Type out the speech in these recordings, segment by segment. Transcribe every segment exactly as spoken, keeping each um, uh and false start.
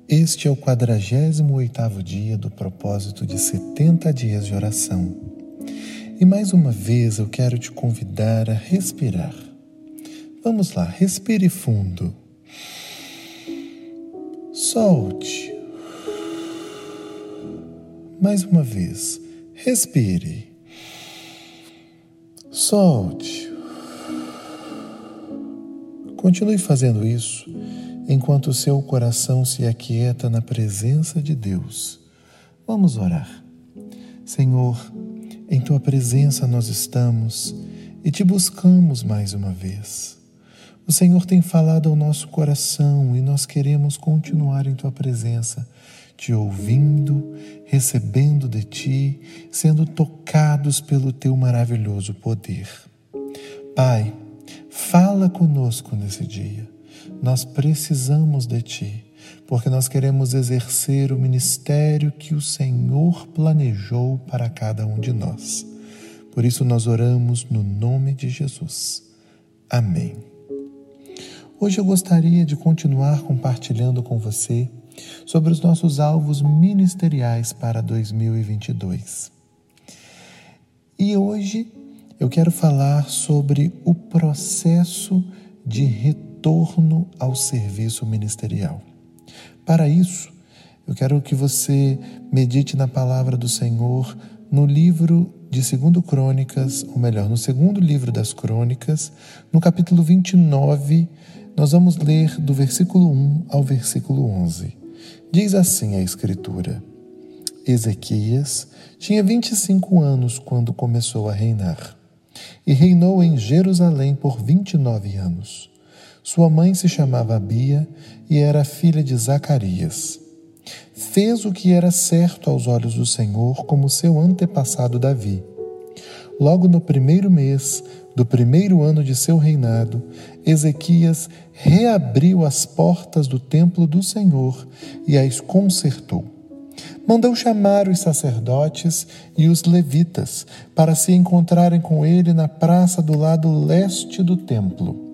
Este é o quadragésimo oitavo dia do propósito de setenta dias de oração. E mais uma vez eu quero te convidar a respirar. Vamos lá, respire fundo. Solte. Mais uma vez, respire. Solte. Continue fazendo isso enquanto o seu coração se aquieta na presença de Deus. Vamos orar. Senhor, em Tua presença nós estamos e Te buscamos mais uma vez. O Senhor tem falado ao nosso coração e nós queremos continuar em Tua presença, Te ouvindo, recebendo de Ti, sendo tocados pelo Teu maravilhoso poder. Pai, fala conosco nesse dia. Nós precisamos de Ti, porque nós queremos exercer o ministério que o Senhor planejou para cada um de nós. Por isso nós oramos no nome de Jesus. Amém. Hoje eu gostaria de continuar compartilhando com você sobre os nossos alvos ministeriais para dois mil e vinte e dois. E hoje eu quero falar sobre o processo de retorno ao serviço ministerial. Para isso, eu quero que você medite na palavra do Senhor no livro de Segundo Crônicas, ou melhor, no segundo livro das Crônicas, no capítulo vinte e nove, nós vamos ler do versículo um ao versículo onze. Diz assim a Escritura: Ezequias tinha vinte e cinco anos quando começou a reinar, e reinou em Jerusalém por vinte e nove anos. Sua mãe se chamava Abia e era filha de Zacarias. Fez o que era certo aos olhos do Senhor, como seu antepassado Davi. Logo no primeiro mês do primeiro ano de seu reinado, Ezequias reabriu as portas do templo do Senhor e as consertou. Mandou chamar os sacerdotes e os levitas para se encontrarem com ele na praça do lado leste do templo.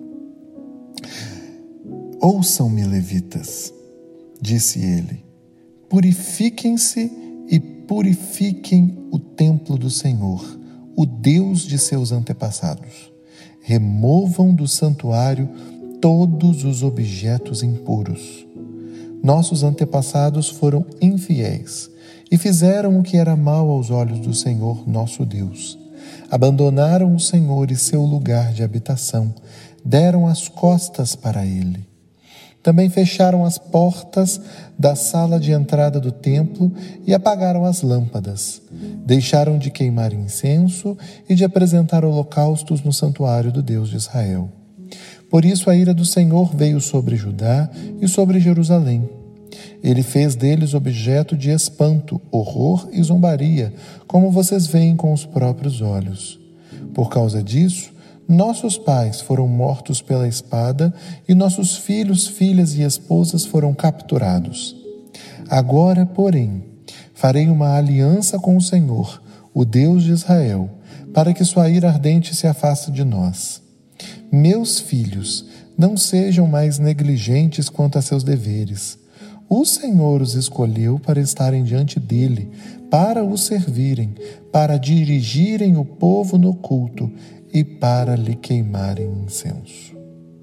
Ouçam-me, levitas, disse ele, purifiquem-se e purifiquem o templo do Senhor, o Deus de seus antepassados. Removam do santuário todos os objetos impuros. Nossos antepassados foram infiéis e fizeram o que era mal aos olhos do Senhor nosso Deus. Abandonaram o Senhor e seu lugar de habitação, deram as costas para ele. Também fecharam as portas da sala de entrada do templo e apagaram as lâmpadas. Deixaram de queimar incenso e de apresentar holocaustos no santuário do Deus de Israel. Por isso a ira do Senhor veio sobre Judá e sobre Jerusalém. Ele fez deles objeto de espanto, horror e zombaria, como vocês veem com os próprios olhos. Por causa disso, nossos pais foram mortos pela espada e nossos filhos, filhas e esposas foram capturados. Agora, porém, farei uma aliança com o Senhor, o Deus de Israel, para que sua ira ardente se afaste de nós. Meus filhos, não sejam mais negligentes quanto a seus deveres. O Senhor os escolheu para estarem diante dele, para o servirem, para dirigirem o povo no culto e para lhe queimarem incenso.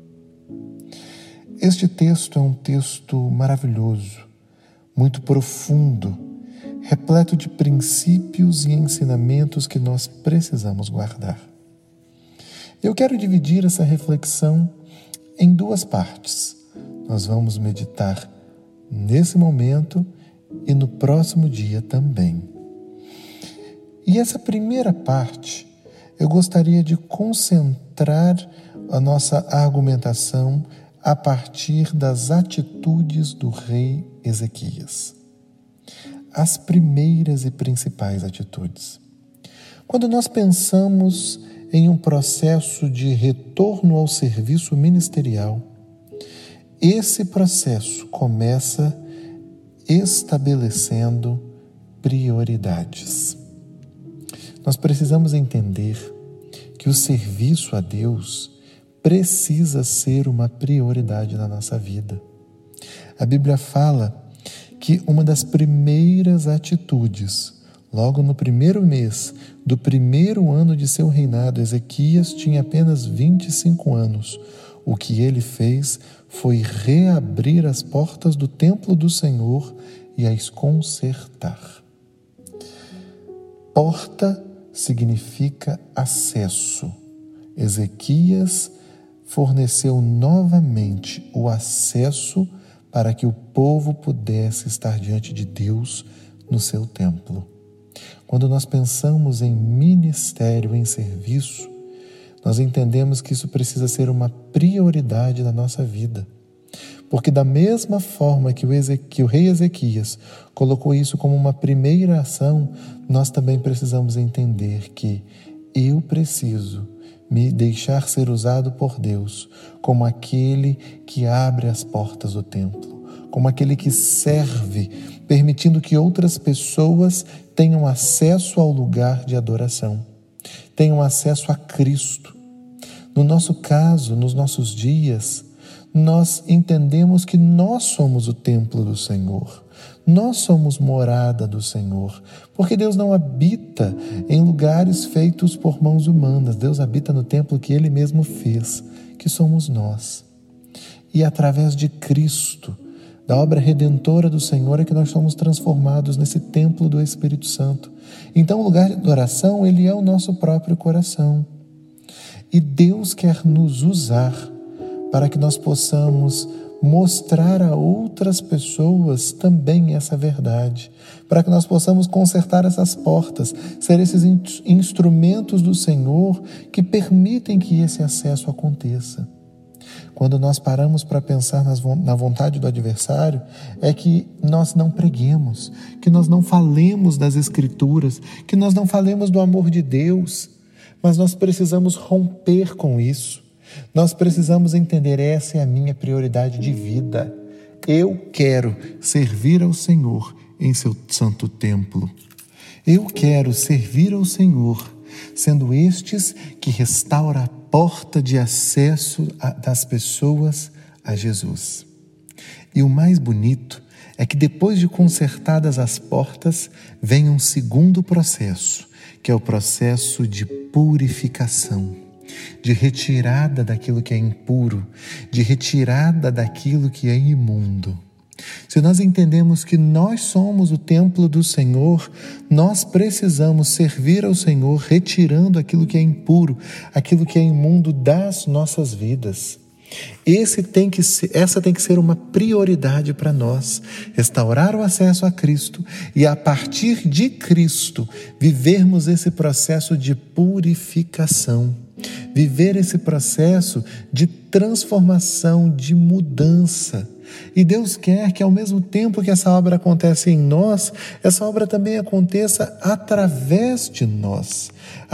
Este texto é um texto maravilhoso, muito profundo, repleto de princípios e ensinamentos que nós precisamos guardar. Eu quero dividir essa reflexão em duas partes. Nós vamos meditar nesse momento e no próximo dia também. E essa primeira parte, eu gostaria de concentrar a nossa argumentação a partir das atitudes do rei Ezequias. As primeiras e principais atitudes. Quando nós pensamos em um processo de retorno ao serviço ministerial, esse processo começa estabelecendo prioridades. Nós precisamos entender que o serviço a Deus precisa ser uma prioridade na nossa vida. A Bíblia fala que uma das primeiras atitudes, logo no primeiro mês do primeiro ano de seu reinado, Ezequias tinha apenas vinte e cinco anos. O que ele fez foi reabrir as portas do templo do Senhor e as consertar. Porta significa acesso. Ezequias forneceu novamente o acesso para que o povo pudesse estar diante de Deus no seu templo. Quando nós pensamos em ministério, em serviço, nós entendemos que isso precisa ser uma prioridade na nossa vida. Porque da mesma forma que o, Ezequ... que o rei Ezequias colocou isso como uma primeira ação, nós também precisamos entender que eu preciso me deixar ser usado por Deus como aquele que abre as portas do templo, como aquele que serve, permitindo que outras pessoas tenham acesso ao lugar de adoração, tenham acesso a Cristo. No nosso caso, nos nossos dias, nós entendemos que nós somos o templo do Senhor, nós somos morada do Senhor, porque Deus não habita em lugares feitos por mãos humanas, Deus habita no templo que Ele mesmo fez, que somos nós. E através de Cristo, da obra redentora do Senhor, é que nós somos transformados nesse templo do Espírito Santo. Então o lugar de adoração, ele é o nosso próprio coração. E Deus quer nos usar para que nós possamos mostrar a outras pessoas também essa verdade, para que nós possamos consertar essas portas, ser esses instrumentos do Senhor que permitem que esse acesso aconteça. Quando nós paramos para pensar na vontade do adversário, é que nós não preguemos, que nós não falemos das Escrituras, que nós não falemos do amor de Deus, mas nós precisamos romper com isso. Nós precisamos entender, essa é a minha prioridade de vida. Eu quero servir ao Senhor em seu santo templo. Eu quero servir ao Senhor, sendo estes que restaura a porta de acesso das pessoas a Jesus. E o mais bonito é que depois de consertadas as portas, vem um segundo processo, que é o processo de purificação, de retirada daquilo que é impuro, de retirada daquilo que é imundo. Se nós entendemos que nós somos o templo do Senhor, nós precisamos servir ao Senhor retirando aquilo que é impuro, aquilo que é imundo das nossas vidas. Esse tem que ser, essa tem que ser uma prioridade para nós, restaurar o acesso a Cristo e, a partir de Cristo, vivermos esse processo de purificação, viver esse processo de transformação, de mudança. E Deus quer que, ao mesmo tempo que essa obra acontece em nós, essa obra também aconteça através de nós,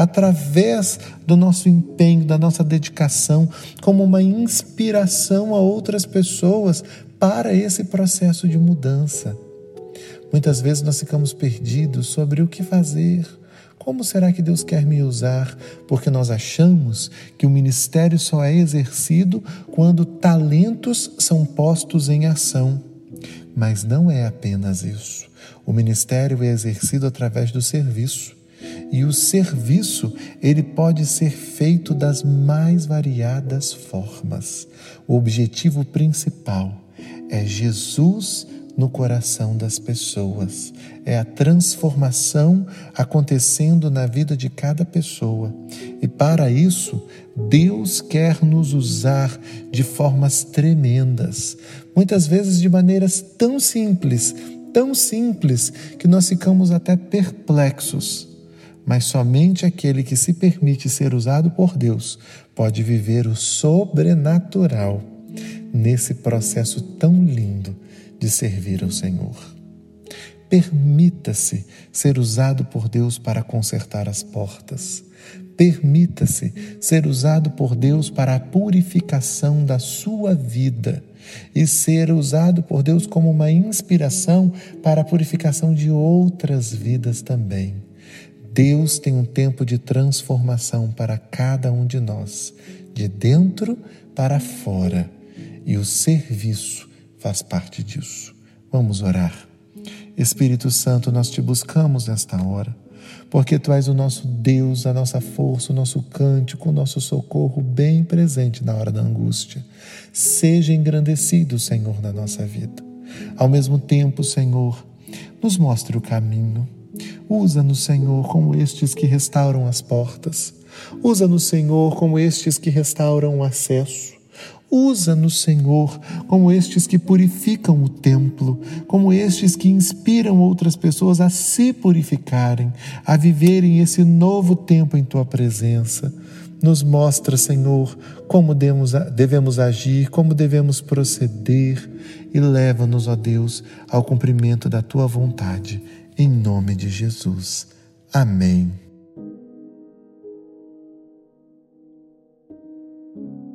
através do nosso empenho, da nossa dedicação, como uma inspiração a outras pessoas para esse processo de mudança. Muitas vezes nós ficamos perdidos sobre o que fazer. Como será que Deus quer me usar? Porque nós achamos que o ministério só é exercido quando talentos são postos em ação. Mas não é apenas isso. O ministério é exercido através do serviço. E o serviço, ele pode ser feito das mais variadas formas. O objetivo principal é Jesus no coração das pessoas. É a transformação acontecendo na vida de cada pessoa. E para isso, Deus quer nos usar de formas tremendas. Muitas vezes de maneiras tão simples, tão simples, que nós ficamos até perplexos. Mas somente aquele que se permite ser usado por Deus pode viver o sobrenatural nesse processo tão lindo de servir ao Senhor. Permita-se ser usado por Deus para consertar as portas. Permita-se ser usado por Deus para a purificação da sua vida e ser usado por Deus como uma inspiração para a purificação de outras vidas também. Deus tem um tempo de transformação para cada um de nós, de dentro para fora, e o serviço faz parte disso. Vamos orar. Espírito Santo, nós te buscamos nesta hora, porque Tu és o nosso Deus, a nossa força, o nosso cântico, o nosso socorro bem presente na hora da angústia. Seja engrandecido, Senhor, na nossa vida. Ao mesmo tempo, Senhor, nos mostre o caminho. Usa-nos, Senhor, como estes que restauram as portas. Usa-nos, Senhor, como estes que restauram o acesso. Usa-nos, Senhor, como estes que purificam o templo, como estes que inspiram outras pessoas a se purificarem, a viverem esse novo tempo em Tua presença. Nos mostra, Senhor, como devemos agir, como devemos proceder e leva-nos, ó Deus, ao cumprimento da Tua vontade, em nome de Jesus. Amém.